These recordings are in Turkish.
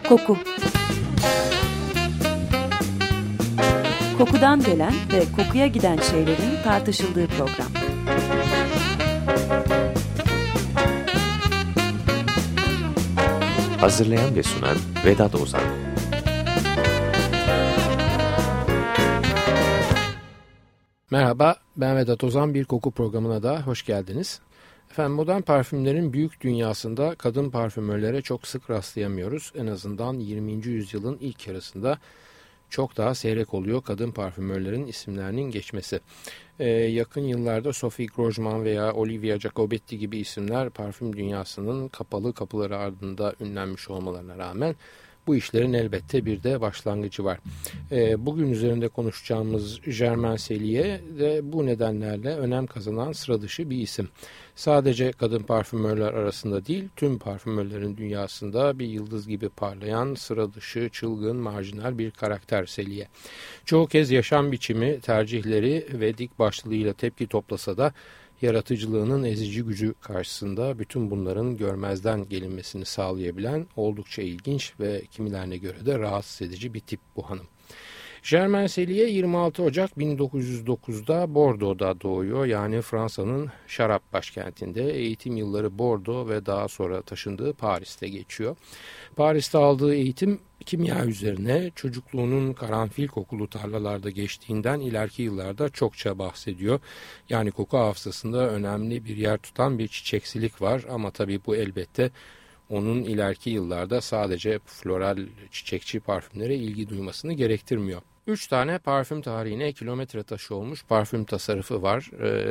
Koku. Kokudan gelen ve kokuya giden şeylerin tartışıldığı program. Hazırlayan ve sunan Vedat Ozan. Merhaba, ben Vedat Ozan. Bir koku programına da hoş geldiniz. Efendim, modern parfümlerin büyük dünyasında kadın parfümörlere çok sık rastlayamıyoruz. En azından 20. yüzyılın ilk yarısında çok daha seyrek oluyor kadın parfümörlerin isimlerinin geçmesi. Yakın yıllarda Sophie Grosjean veya Olivia Jacobetti gibi isimler parfüm dünyasının kapalı kapıları ardında ünlenmiş olmalarına rağmen bu işlerin elbette bir de başlangıcı var. Bugün üzerinde konuşacağımız Germaine Cellier de bu nedenlerle önem kazanan sıra dışı bir isim. Sadece kadın parfümörler arasında değil, tüm parfümörlerin dünyasında bir yıldız gibi parlayan, sıra dışı, çılgın, marjinal bir karakter Cellier. Çoğu kez yaşam biçimi, tercihleri ve dik başlılığıyla tepki toplasa da yaratıcılığının ezici gücü karşısında bütün bunların görmezden gelinmesini sağlayabilen oldukça ilginç ve kimilerine göre de rahatsız edici bir tip bu hanım. Germaine Cellier 26 Ocak 1909'da Bordeaux'da doğuyor. Yani Fransa'nın şarap başkentinde. Eğitim yılları Bordeaux ve daha sonra taşındığı Paris'te geçiyor. Paris'te aldığı eğitim kimya üzerine, çocukluğunun karanfil kokulu tarlalarda geçtiğinden ileriki yıllarda çokça bahsediyor. Yani koku hafızasında önemli bir yer tutan bir çiçeksilik var ama tabii bu elbette onun ileriki yıllarda sadece floral çiçekçi parfümlere ilgi duymasını gerektirmiyor. 3 tane parfüm tarihine kilometre taşı olmuş parfüm tasarrufu var.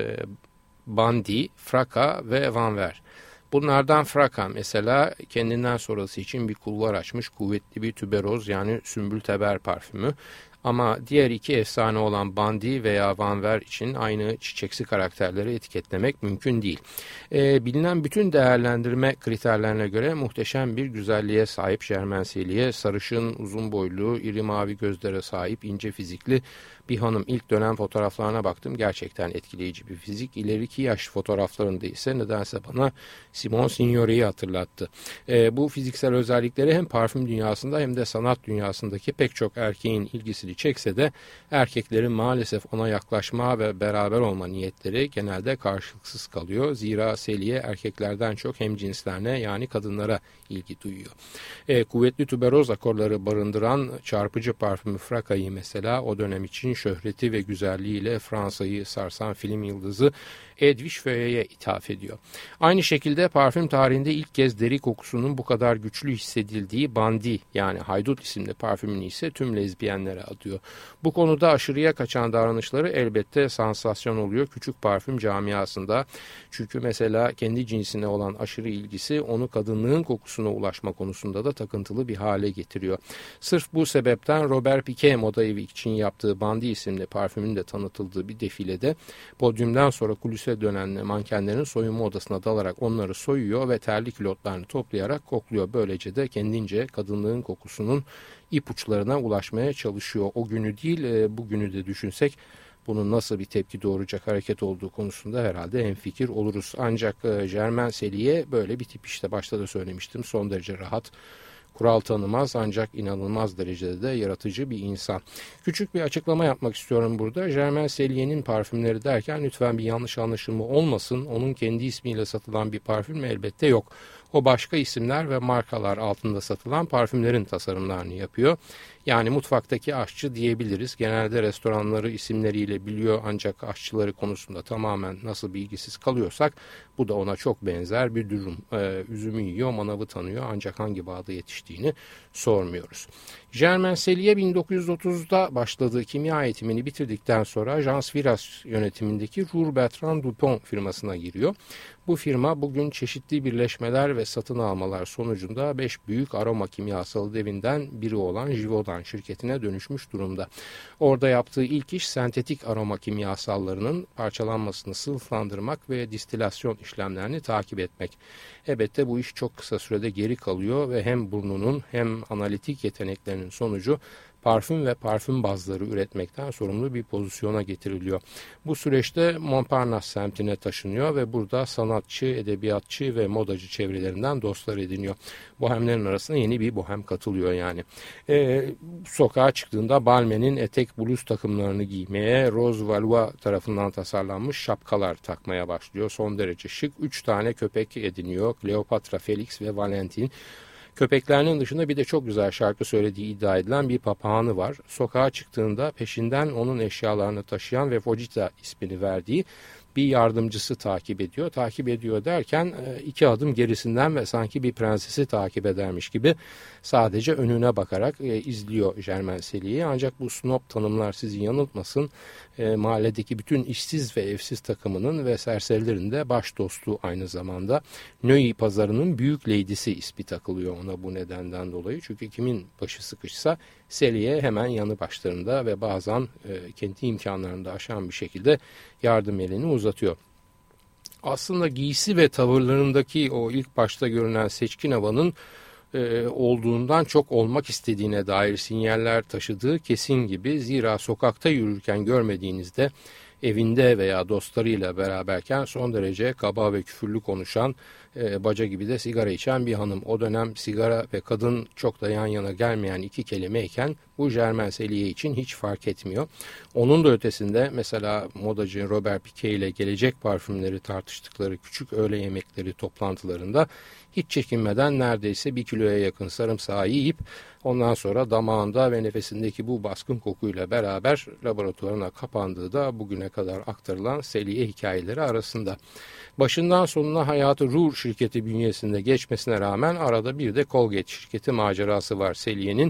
Bandy, Fraka ve Van Ver. Bunlardan Fraka mesela kendinden sonrası için bir kulvar açmış kuvvetli bir tüberoz yani sümbülteber parfümü. Ama diğer iki efsane olan Bandy veya Van Ver için aynı çiçeksi karakterleri etiketlemek mümkün değil. Bilinen bütün değerlendirme kriterlerine göre muhteşem bir güzelliğe sahip Germaine Cellier, sarışın, uzun boylu, iri mavi gözlere sahip, ince fizikli bir hanım. İlk dönem fotoğraflarına baktım. Gerçekten etkileyici bir fizik. İleriki yaş fotoğraflarında ise nedense bana Simone Signori'yi hatırlattı. Bu fiziksel özellikleri hem parfüm dünyasında hem de sanat dünyasındaki pek çok erkeğin ilgisini çekse de erkeklerin maalesef ona yaklaşma ve beraber olma niyetleri genelde karşılıksız kalıyor. Zira Cellier erkeklerden çok hemcinslerine yani kadınlara ilgi duyuyor. Kuvvetli tüberoz akorları barındıran çarpıcı parfümü Fraka'yı mesela o dönem için şöhreti ve güzelliğiyle Fransa'yı sarsan film yıldızı Edwige Feuillet'e ithaf ediyor. Aynı şekilde parfüm tarihinde ilk kez deri kokusunun bu kadar güçlü hissedildiği Bandy yani Haydut isimli parfümünü ise tüm lezbiyenlere adıyor. Bu konuda aşırıya kaçan davranışları elbette sansasyon oluyor küçük parfüm camiasında. Çünkü mesela kendi cinsine olan aşırı ilgisi onu kadınlığın kokusuna ulaşma konusunda da takıntılı bir hale getiriyor. Sırf bu sebepten Robert Piquet moda evi için yaptığı Bandy isimli parfümün de tanıtıldığı bir defilede podyumdan sonra kulise dönen mankenlerin soyunma odasına dalarak onları soyuyor ve terli külotlarını toplayarak kokluyor. Böylece de kendince kadınlığın kokusunun ipuçlarına ulaşmaya çalışıyor. O günü değil bugünü de düşünsek bunun nasıl bir tepki doğuracak hareket olduğu konusunda herhalde hemfikir oluruz. Ancak Germaine Cellier böyle bir tip işte başta da söylemiştim son derece rahat. Kural tanımaz ancak inanılmaz derecede de yaratıcı bir insan. Küçük bir açıklama yapmak istiyorum burada. Germaine Cellier'in parfümleri derken lütfen bir yanlış anlaşılma olmasın. Onun kendi ismiyle satılan bir parfüm elbette yok. O başka isimler ve markalar altında satılan parfümlerin tasarımlarını yapıyor. Yani mutfaktaki aşçı diyebiliriz. Genelde restoranları isimleriyle biliyor ancak aşçıları konusunda tamamen nasıl bilgisiz kalıyorsak bu da ona çok benzer bir durum. Üzümü yiyor, manavı tanıyor ancak hangi bağda yetiştiğini sormuyoruz. Germaine Cellier 1930'da başladığı kimya eğitimini bitirdikten sonra Jean Viras yönetimindeki Roux Bertrand Dupont firmasına giriyor. Bu firma bugün çeşitli birleşmeler ve satın almalar sonucunda 5 büyük aroma kimyasalı devinden biri olan Givaudan şirketine dönüşmüş durumda. Orada yaptığı ilk iş sentetik aroma kimyasallarının parçalanmasını sınıflandırmak ve distilasyon işlemlerini takip etmek. Elbette bu iş çok kısa sürede geri kalıyor ve hem burnunun hem analitik yeteneklerinin sonucu parfüm ve parfüm bazları üretmekten sorumlu bir pozisyona getiriliyor. Bu süreçte Montparnasse semtine taşınıyor ve burada sanatçı, edebiyatçı ve modacı çevrelerinden dostlar ediniyor. Bohemlerin arasına yeni bir bohem katılıyor yani. Sokağa çıktığında Balmain'in etek bluz takımlarını giymeye, Rose Valois tarafından tasarlanmış şapkalar takmaya başlıyor. Son derece şık 3 tane köpek ediniyor. Kleopatra, Felix ve Valentin. Köpeklerinin dışında bir de çok güzel şarkı söylediği iddia edilen bir papağanı var. Sokağa çıktığında peşinden onun eşyalarını taşıyan ve Fojita ismini verdiği bir yardımcısı takip ediyor. Takip ediyor derken 2 adım gerisinden ve sanki bir prensesi takip edermiş gibi sadece önüne bakarak izliyor Germain Cellier. Ancak bu snob tanımlar sizi yanıltmasın. Mahalledeki bütün işsiz ve evsiz takımının ve serserilerin de baş dostu aynı zamanda. Neuilly pazarının büyük lady'si ismi takılıyor ona bu nedenden dolayı. Çünkü kimin başı sıkışsa Cellier hemen yanı başlarında ve bazen kendi imkanlarını da aşan bir şekilde yardım elini uzatıyor. Aslında giysi ve tavırlarındaki o ilk başta görünen seçkin havanın olduğundan çok olmak istediğine dair sinyaller taşıdığı kesin gibi. Zira sokakta yürürken görmediğinizde evinde veya dostlarıyla beraberken son derece kaba ve küfürlü konuşan, baca gibi de sigara içen bir hanım. O dönem sigara ve kadın çok da yan yana gelmeyen iki kelimeyken bu Germain Cellier için hiç fark etmiyor. Onun da ötesinde mesela modacı Robert Piquet ile gelecek parfümleri tartıştıkları küçük öğle yemekleri toplantılarında hiç çekinmeden neredeyse 1 kiloya yakın sarımsağı yiyip ondan sonra damağında ve nefesindeki bu baskın kokuyla beraber laboratuvarına kapandığı da bugüne kadar aktarılan Cellier hikayeleri arasında. Başından sonuna hayatı Roux şirketi bünyesinde geçmesine rağmen arada bir de Colgate şirketi macerası var Cellier'in.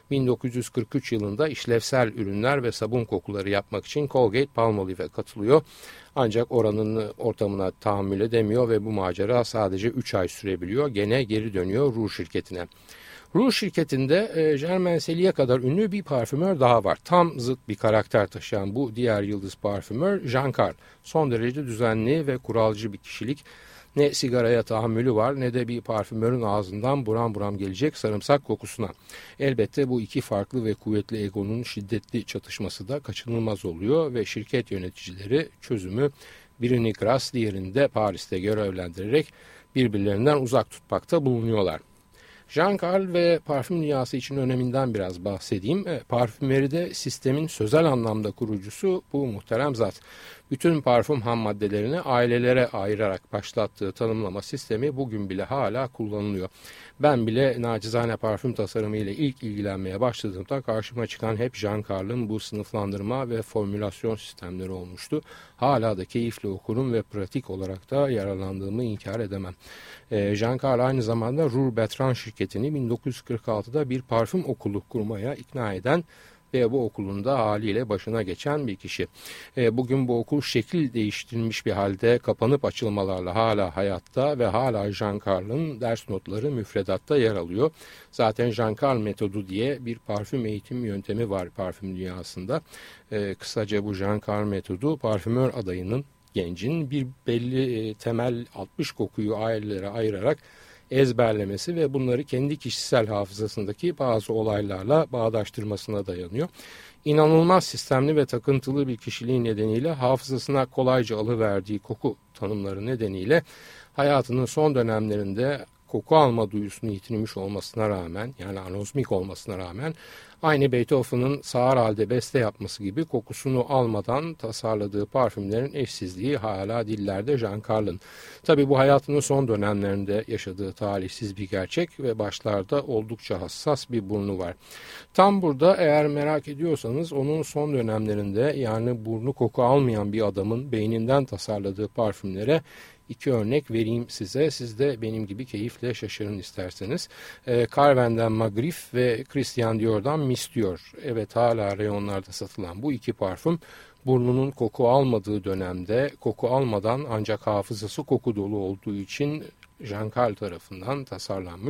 1943 yılında işlevsel ürünler ve sabun kokuları yapmak için Colgate Palmolive'e katılıyor. Ancak oranın ortamına tahammül edemiyor ve bu macera sadece 3 ay sürebiliyor. Gene geri dönüyor Roux şirketine. Roux şirketinde Germain Cellier kadar ünlü bir parfümör daha var. Tam zıt bir karakter taşıyan bu diğer yıldız parfümör Jean Carl. Son derece düzenli ve kuralcı bir kişilik. Ne sigaraya tahammülü var ne de bir parfümörün ağzından buram buram gelecek sarımsak kokusuna. Elbette bu iki farklı ve kuvvetli egonun şiddetli çatışması da kaçınılmaz oluyor ve şirket yöneticileri çözümü birini Grasse diğerini de Paris'te görevlendirerek birbirlerinden uzak tutmakta bulunuyorlar. Jean Carl ve parfüm dünyası için öneminden biraz bahsedeyim. Parfümeride sistemin sözel anlamda kurucusu bu muhterem zat. Bütün parfüm ham maddelerini ailelere ayırarak başlattığı tanımlama sistemi bugün bile hala kullanılıyor. Ben bile nacizane parfüm tasarımı ile ilk ilgilenmeye başladığımda karşıma çıkan hep Jean Carl'ın bu sınıflandırma ve formülasyon sistemleri olmuştu. Hala da keyifle okurum ve pratik olarak da yararlandığımı inkar edemem. Jean Carl aynı zamanda Roux Bertrand şirketini 1946'da bir parfüm okulu kurmaya ikna eden ve bu okulun da haliyle başına geçen bir kişi. Bugün bu okul şekil değiştirilmiş bir halde kapanıp açılmalarla hala hayatta ve hala Jean Carl'ın ders notları müfredatta yer alıyor. Zaten Jean Carl metodu diye bir parfüm eğitim yöntemi var parfüm dünyasında. Kısaca bu Jean Carl metodu parfümör adayının, gencin bir belli temel 60 kokuyu ailelere ayırarak ezberlemesi ve bunları kendi kişisel hafızasındaki bazı olaylarla bağdaştırmasına dayanıyor. İnanılmaz sistemli ve takıntılı bir kişiliği nedeniyle hafızasına kolayca alıverdiği koku tanımları nedeniyle hayatının son dönemlerinde koku alma duyusunu yitirmiş olmasına rağmen, yani anozmik olmasına rağmen aynı Beethoven'ın sağır halde beste yapması gibi kokusunu almadan tasarladığı parfümlerin eşsizliği hala dillerde Jean Carl'ın. Tabii bu hayatının son dönemlerinde yaşadığı talihsiz bir gerçek ve başlarda oldukça hassas bir burnu var. Tam burada eğer merak ediyorsanız onun son dönemlerinde, yani burnu koku almayan bir adamın beyninden tasarladığı parfümlere 2 örnek vereyim size. Siz de benim gibi keyifle şaşırın isterseniz. Carven'den Magrif ve Christian Dior'dan Miss Dior. Evet, hala reyonlarda satılan bu 2 parfüm burnunun koku almadığı dönemde koku almadan ancak hafızası koku dolu olduğu için Jean Carl tarafından tasarlanmış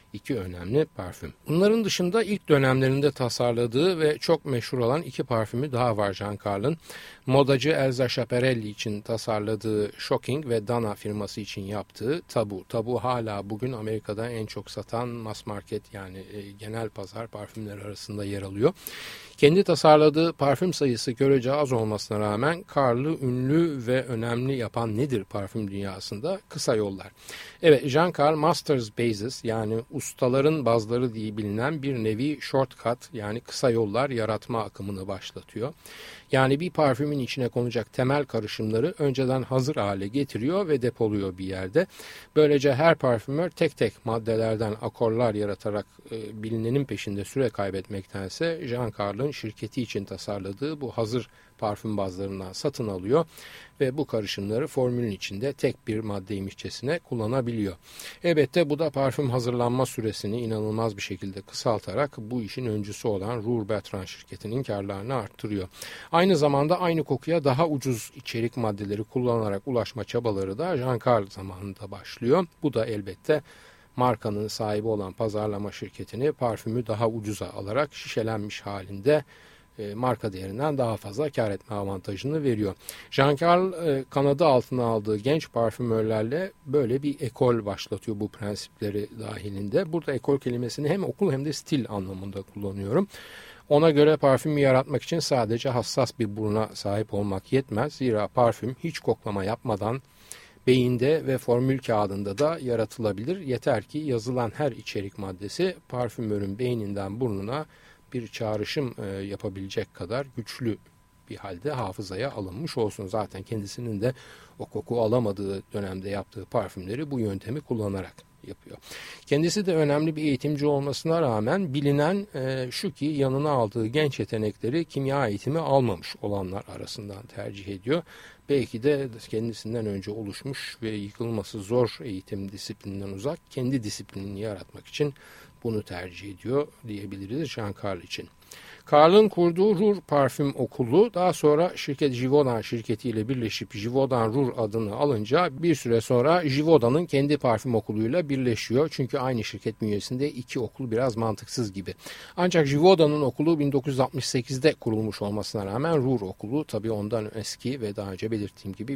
iki önemli parfüm. Bunların dışında ilk dönemlerinde tasarladığı ve çok meşhur olan iki parfümü daha var Jean Carl'ın. Modacı Elsa Schiaparelli için tasarladığı Shocking ve Dana firması için yaptığı Tabu. Tabu hala bugün Amerika'da en çok satan mass market yani genel pazar parfümleri arasında yer alıyor. Kendi tasarladığı parfüm sayısı görece az olmasına rağmen Carl'ı ünlü ve önemli yapan nedir parfüm dünyasında? Kısa yollar. Evet, Jean Carl Masters Bases yani ustaların bazları diye bilinen bir nevi shortcut yani kısa yollar yaratma akımını başlatıyor. Yani bir parfümün içine konacak temel karışımları önceden hazır hale getiriyor ve depoluyor bir yerde. Böylece her parfümör tek tek maddelerden akorlar yaratarak bilinenin peşinde süre kaybetmektense Jean Carl'ın şirketi için tasarladığı bu hazır parfüm bazlarından satın alıyor ve bu karışımları formülün içinde tek bir maddeymişçesine kullanabiliyor. Elbette bu da parfüm hazırlanma süresini inanılmaz bir şekilde kısaltarak bu işin öncüsü olan Roux Bertrand şirketinin karlarını arttırıyor. Aynı zamanda aynı kokuya daha ucuz içerik maddeleri kullanarak ulaşma çabaları da Jean Carl zamanında başlıyor. Bu da elbette markanın sahibi olan pazarlama şirketini parfümü daha ucuza alarak şişelenmiş halinde marka değerinden daha fazla kar etme avantajını veriyor. Jean Carl kanadı altına aldığı genç parfümörlerle böyle bir ekol başlatıyor bu prensipleri dahilinde. Burada ekol kelimesini hem okul hem de stil anlamında kullanıyorum. Ona göre parfümü yaratmak için sadece hassas bir buruna sahip olmak yetmez. Zira parfüm hiç koklama yapmadan beyinde ve formül kağıdında da yaratılabilir. Yeter ki yazılan her içerik maddesi parfümörün beyninden burnuna bir çağrışım yapabilecek kadar güçlü bir halde hafızaya alınmış olsun. Zaten kendisinin de o koku alamadığı dönemde yaptığı parfümleri bu yöntemi kullanarak yapıyor. Kendisi de önemli bir eğitimci olmasına rağmen bilinen şu ki yanına aldığı genç yetenekleri kimya eğitimi almamış olanlar arasından tercih ediyor. Belki de kendisinden önce oluşmuş ve yıkılması zor eğitim disiplininden uzak kendi disiplinini yaratmak için bunu tercih ediyor diyebiliriz Jean Carl için. Carl'ın kurduğu Roux Parfüm Okulu daha sonra şirket Givaudan şirketiyle birleşip Givaudan Roux adını alınca bir süre sonra Givaudan'ın kendi parfüm okuluyla birleşiyor. Çünkü aynı şirket bünyesinde iki okul biraz mantıksız gibi. Ancak Givaudan'ın okulu 1968'de kurulmuş olmasına rağmen Roux okulu tabii ondan eski ve daha önce belirttiğim gibi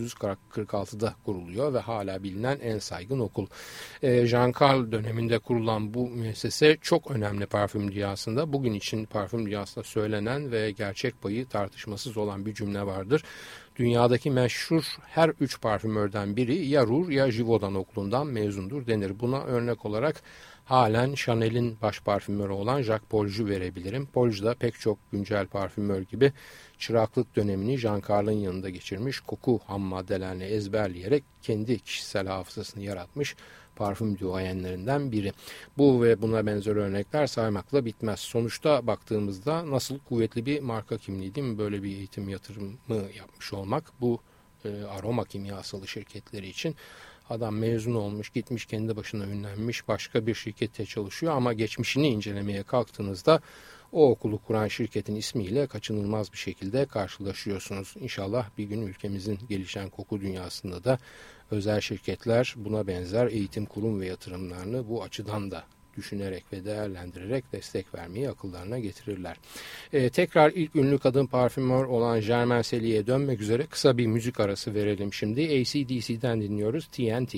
1946'da kuruluyor ve hala bilinen en saygın okul. Jean Carl döneminde kurulan bu müessese çok önemli parfüm dünyasında. Bugün için parfüm dünyasında söylenen ve gerçek payı tartışmasız olan bir cümle vardır. Dünyadaki meşhur her üç parfümörden biri ya Roux ya Givaudan okulundan mezundur denir. Buna örnek olarak halen Chanel'in baş parfümörü olan Jacques Polge'u verebilirim. Polge da pek çok güncel parfümör gibi çıraklık dönemini Jean Carl'ın yanında geçirmiş, koku ham maddelerini ezberleyerek kendi kişisel hafızasını yaratmış parfüm duayenlerinden biri. Bu ve buna benzer örnekler saymakla bitmez. Sonuçta baktığımızda nasıl kuvvetli bir marka kimliği değil mi? Böyle bir eğitim yatırımı yapmış olmak bu aroma kimyasalı şirketleri için. Adam mezun olmuş, gitmiş kendi başına ünlenmiş, başka bir şirkette çalışıyor ama geçmişini incelemeye kalktığınızda o okulu kuran şirketin ismiyle kaçınılmaz bir şekilde karşılaşıyorsunuz. İnşallah bir gün ülkemizin gelişen koku dünyasında da özel şirketler buna benzer eğitim kurum ve yatırımlarını bu açıdan da düşünerek ve değerlendirerek destek vermeyi akıllarına getirirler. Tekrar ilk ünlü kadın parfümör olan Germaine Cellier dönmek üzere kısa bir müzik arası verelim şimdi. AC/DC'den dinliyoruz TNT.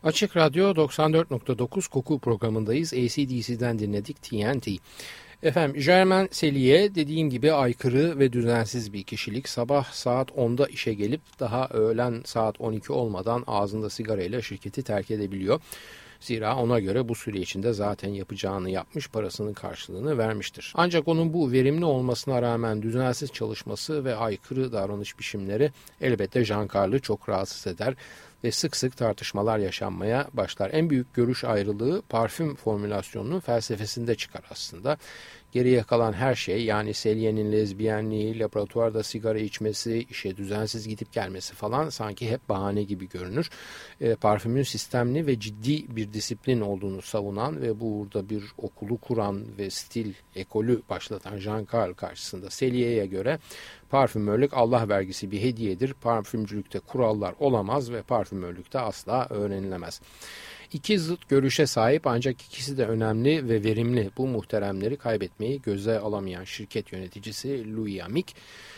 Açık Radyo 94.9 Koku programındayız. AC/DC'den dinledik TNT. Efendim, Germain Cellier dediğim gibi aykırı ve düzensiz bir kişilik. Sabah saat 10'da işe gelip daha öğlen saat 12 olmadan ağzında sigarayla şirketi terk edebiliyor. Zira ona göre bu süre içinde zaten yapacağını yapmış, parasının karşılığını vermiştir. Ancak onun bu verimli olmasına rağmen düzensiz çalışması ve aykırı davranış biçimleri elbette Jean-Carl'ı çok rahatsız eder ve sık sık tartışmalar yaşanmaya başlar. En büyük görüş ayrılığı parfüm formülasyonunun felsefesinde çıkar aslında. Geriye kalan her şey, yani Cellier'in lezbiyenliği, laboratuvarda sigara içmesi, işe düzensiz gidip gelmesi falan sanki hep bahane gibi görünür. Parfümün sistemli ve ciddi bir disiplin olduğunu savunan ve burada bir okulu kuran ve stil ekolü başlatan Jean-Carl karşısında Cellier'e göre parfümörlük Allah vergisi bir hediyedir. Parfümcülükte kurallar olamaz ve parfümörlükte asla öğrenilemez. İki zıt görüşe sahip ancak ikisi de önemli ve verimli bu muhteremleri kaybetmeyi göze alamayan şirket yöneticisi Louis Amick,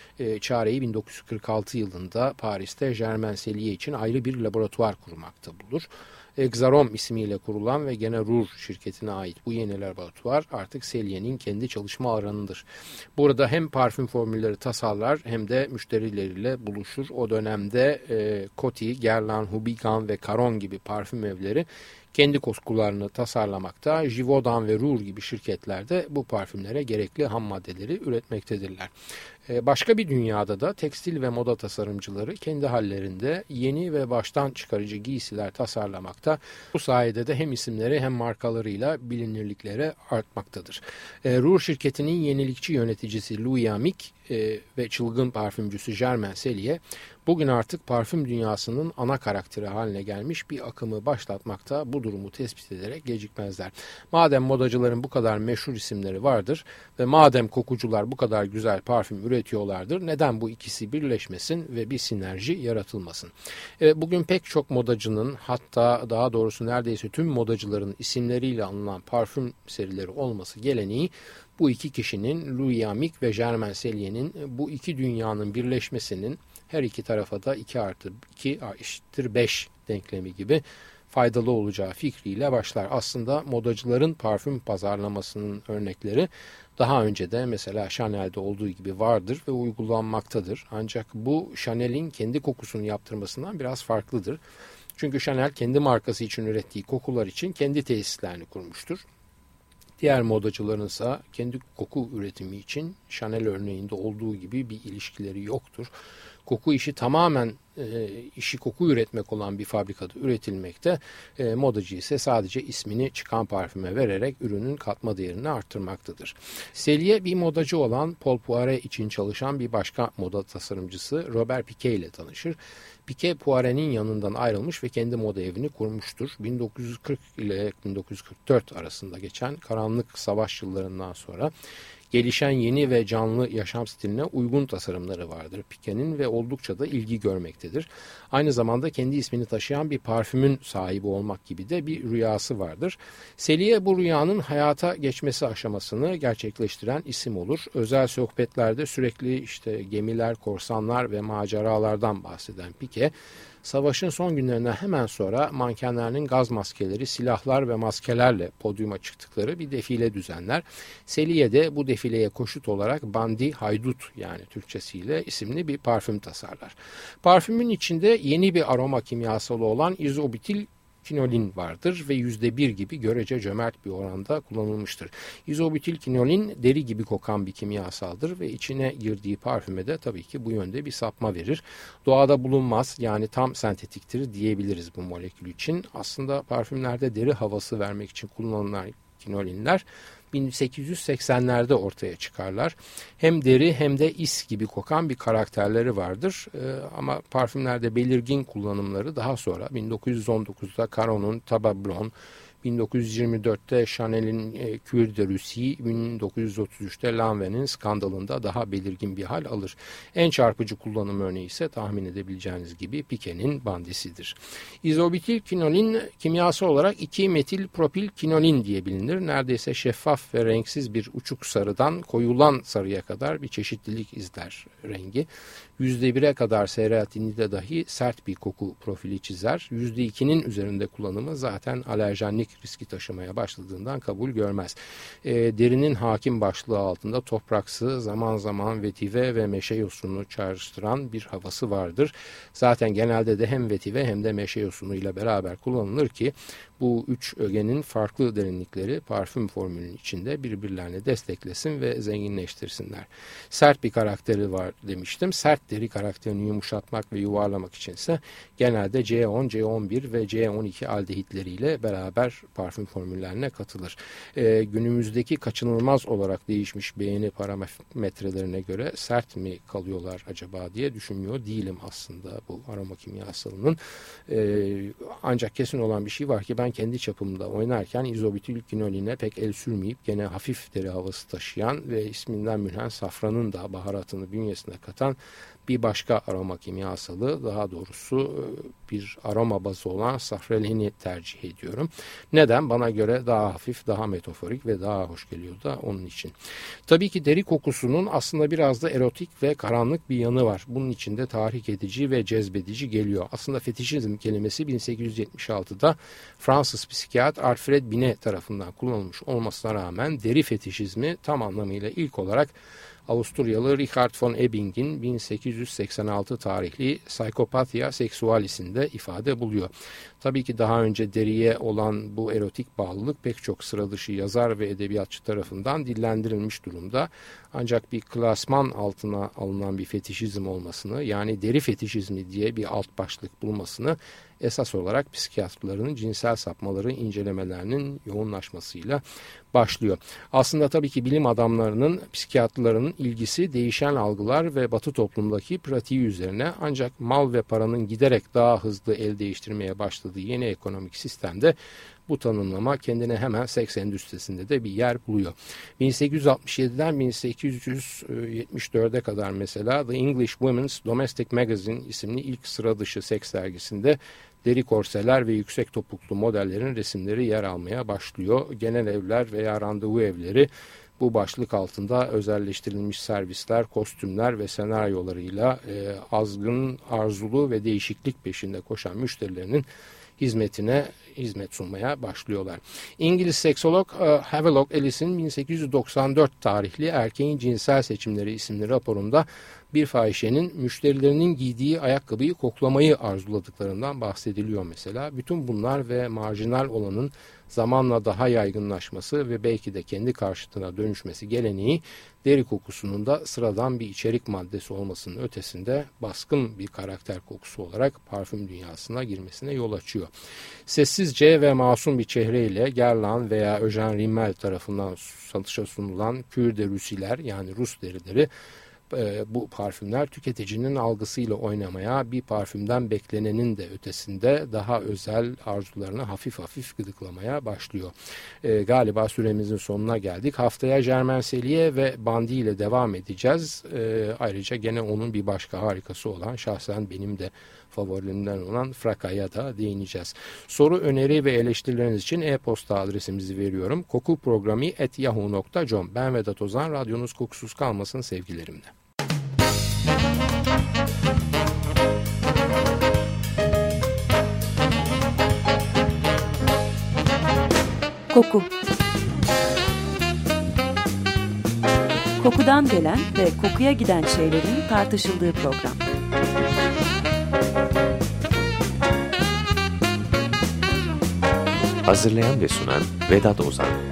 çareyi 1946 yılında Paris'te Germain Cellier için ayrı bir laboratuvar kurmakta bulur. Exarom ismiyle kurulan ve gene Ruhr şirketine ait bu yeni laboratuvar artık Cellier'in kendi çalışma alanıdır. Burada hem parfüm formülleri tasarlar hem de müşterileriyle buluşur. O dönemde Coty, Guerlain, Hubigan ve Caron gibi parfüm evleri kendi kokularını tasarlamakta, Givaudan ve Ruhr gibi şirketlerde bu parfümlere gerekli ham maddeleri üretmektedirler. Başka bir dünyada da tekstil ve moda tasarımcıları kendi hallerinde yeni ve baştan çıkarıcı giysiler tasarlamakta. Bu sayede de hem isimleri hem markalarıyla bilinirlikleri artmaktadır. Ruhr şirketinin yenilikçi yöneticisi Louis Amick ve çılgın parfümcüsü Germain Cellier bugün artık parfüm dünyasının ana karakteri haline gelmiş bir akımı başlatmakta, bu durumu tespit ederek gecikmezler. Madem modacıların bu kadar meşhur isimleri vardır ve madem kokucular bu kadar güzel parfüm üretiyorlardır, neden bu ikisi birleşmesin ve bir sinerji yaratılmasın? Bugün pek çok modacının, hatta daha doğrusu neredeyse tüm modacıların isimleriyle anılan parfüm serileri olması geleneği, bu iki kişinin, Louis Amick ve Germain Cellier'in bu iki dünyanın birleşmesinin her iki tarafa da 2+2=5 denklemi gibi faydalı olacağı fikriyle başlar. Aslında modacıların parfüm pazarlamasının örnekleri daha önce de mesela Chanel'de olduğu gibi vardır ve uygulanmaktadır. Ancak bu Chanel'in kendi kokusunu yaptırmasından biraz farklıdır. Çünkü Chanel kendi markası için ürettiği kokular için kendi tesislerini kurmuştur. Diğer modacıların ise kendi koku üretimi için Chanel örneğinde olduğu gibi bir ilişkileri yoktur. Koku işi tamamen işi koku üretmek olan bir fabrikada üretilmekte. Modacı ise sadece ismini çıkan parfüme vererek ürünün katma değerini arttırmaktadır. Cellier bir modacı olan Paul Poiret için çalışan bir başka moda tasarımcısı Robert Piquet ile tanışır. Piquet Poiret'in yanından ayrılmış ve kendi moda evini kurmuştur. 1940 ile 1944 arasında geçen karanlık savaş yıllarından sonra gelişen yeni ve canlı yaşam stiline uygun tasarımları vardır Piquet'in ve oldukça da ilgi görmektedir. Aynı zamanda kendi ismini taşıyan bir parfümün sahibi olmak gibi de bir rüyası vardır. Cellier bu rüyanın hayata geçmesi aşamasını gerçekleştiren isim olur. Özel sohbetlerde sürekli gemiler, korsanlar ve maceralardan bahseden Piquet, savaşın son günlerinden hemen sonra mankenlerinin gaz maskeleri, silahlar ve maskelerle podyuma çıktıkları bir defile düzenler. Cellier de bu defileye koşut olarak Bandi Haydut, yani Türkçesiyle isimli bir parfüm tasarlar. Parfümün içinde yeni bir aroma kimyasalı olan izobutil kinolin vardır ve %1 gibi görece cömert bir oranda kullanılmıştır. İzobutilkinolin deri gibi kokan bir kimyasaldır ve içine girdiği parfüme de tabii ki bu yönde bir sapma verir. Doğada bulunmaz, yani tam sentetiktir diyebiliriz bu molekül için. Aslında parfümlerde deri havası vermek için kullanılan kinolinler 1880'lerde ortaya çıkarlar. Hem deri hem de is gibi kokan bir karakterleri vardır. Ama parfümlerde belirgin kullanımları daha sonra 1919'da Caron'un Tabac Blond, 1924'te Chanel'in Cuir de Russie, 1933'te Lanvin'in skandalında daha belirgin bir hal alır. En çarpıcı kullanım örneği ise tahmin edebileceğiniz gibi Piquet'in bandisidir. İzobutil kinolin kimyası olarak 2-metil propil kinolin diye bilinir. Neredeyse şeffaf ve renksiz bir uçuk sarıdan koyulan sarıya kadar bir çeşitlilik izler rengi. %1'e kadar seyahatinide dahi sert bir koku profili çizer. %2'nin üzerinde kullanımı zaten alerjenlik riski taşımaya başladığından kabul görmez. Derinin hakim başlığı altında topraksı, zaman zaman vetive ve meşe yosunu çağrıştıran bir havası vardır. Zaten genelde de hem vetive hem de meşe yosunu ile beraber kullanılır ki bu üç ögenin farklı derinlikleri parfüm formülünün içinde birbirlerini desteklesin ve zenginleştirsinler. Sert bir karakteri var demiştim. Sert deri karakterini yumuşatmak ve yuvarlamak içinse genelde C10, C11 ve C12 aldehitleriyle beraber parfüm formüllerine katılır. Günümüzdeki kaçınılmaz olarak değişmiş beğeni parametrelerine göre sert mi kalıyorlar acaba diye düşünmüyor değilim aslında bu aroma kimyasalının. Ancak kesin olan bir şey var ki ben kendi çapımda oynarken izobutil kinoline pek el sürmeyip gene hafif deri havası taşıyan ve isminden münhen safranın da baharatını bünyesine katan bir başka aroma kimyasalı, daha doğrusu bir aroma bazı olan safralini tercih ediyorum. Neden? Bana göre daha hafif, daha metaforik ve daha hoş geliyor da onun için. Tabii ki deri kokusunun aslında biraz da erotik ve karanlık bir yanı var. Bunun içinde tahrik edici ve cezbedici geliyor. Aslında fetişizm kelimesi 1876'da Fransız psikiyatr Alfred Binet tarafından kullanılmış olmasına rağmen deri fetişizmi tam anlamıyla ilk olarak Avusturyalı Richard von Ebbing'in 1886 tarihli Psychopathia Sexualis'inde ifade buluyor. Tabii ki daha önce deriye olan bu erotik bağlılık pek çok sıra dışı yazar ve edebiyatçı tarafından dillendirilmiş durumda. Ancak bir klasman altına alınan bir fetişizm olmasını, yani deri fetişizmi diye bir alt başlık bulmasını esas olarak psikiyatrların cinsel sapmaları incelemelerinin yoğunlaşmasıyla başlıyor. Aslında tabii ki bilim adamlarının, psikiyatrlarının ilgisi değişen algılar ve Batı toplumdaki pratiği üzerine, ancak mal ve paranın giderek daha hızlı el değiştirmeye başladığı yeni ekonomik sistemde bu tanımlama kendine hemen seks endüstrisinde de bir yer buluyor. 1867'den 1874'e kadar mesela The English Women's Domestic Magazine isimli ilk sıra dışı seks dergisinde deri korseler ve yüksek topuklu modellerin resimleri yer almaya başlıyor. Genel evler veya randevu evleri bu başlık altında özelleştirilmiş servisler, kostümler ve senaryolarıyla azgın, arzulu ve değişiklik peşinde koşan müşterilerinin hizmet sunmaya başlıyorlar. İngiliz seksolog Havelock Ellis'in 1894 tarihli Erkeğin Cinsel Seçimleri isimli raporunda bir fahişenin müşterilerinin giydiği ayakkabıyı koklamayı arzuladıklarından bahsediliyor mesela. Bütün bunlar ve marjinal olanın zamanla daha yaygınlaşması ve belki de kendi karşıtına dönüşmesi geleneği deri kokusunun da sıradan bir içerik maddesi olmasının ötesinde baskın bir karakter kokusu olarak parfüm dünyasına girmesine yol açıyor. Sessizce ve masum bir çehreyle Guerlain veya Eugène Rimmel tarafından satışa sunulan Cuir de Russie'ler, yani Rus derileri, bu parfümler tüketicinin algısıyla oynamaya, bir parfümden beklenenin de ötesinde daha özel arzularını hafif hafif gıdıklamaya başlıyor. Galiba süremizin sonuna geldik. Haftaya Germain Cellier ve Bandi ile devam edeceğiz. Ayrıca gene onun bir başka harikası olan, şahsen benim de favorilerimden olan Fracas'a da değineceğiz. Soru, öneri ve eleştirileriniz için e-posta adresimizi veriyorum. kokuprogrami@yahoo.com. Ben Vedat Ozan, radyonuz kokusuz kalmasın sevgilerimle. Koku. Kokudan gelen ve kokuya giden şeylerin tartışıldığı program. Hazırlayan ve sunan Vedat Ozan.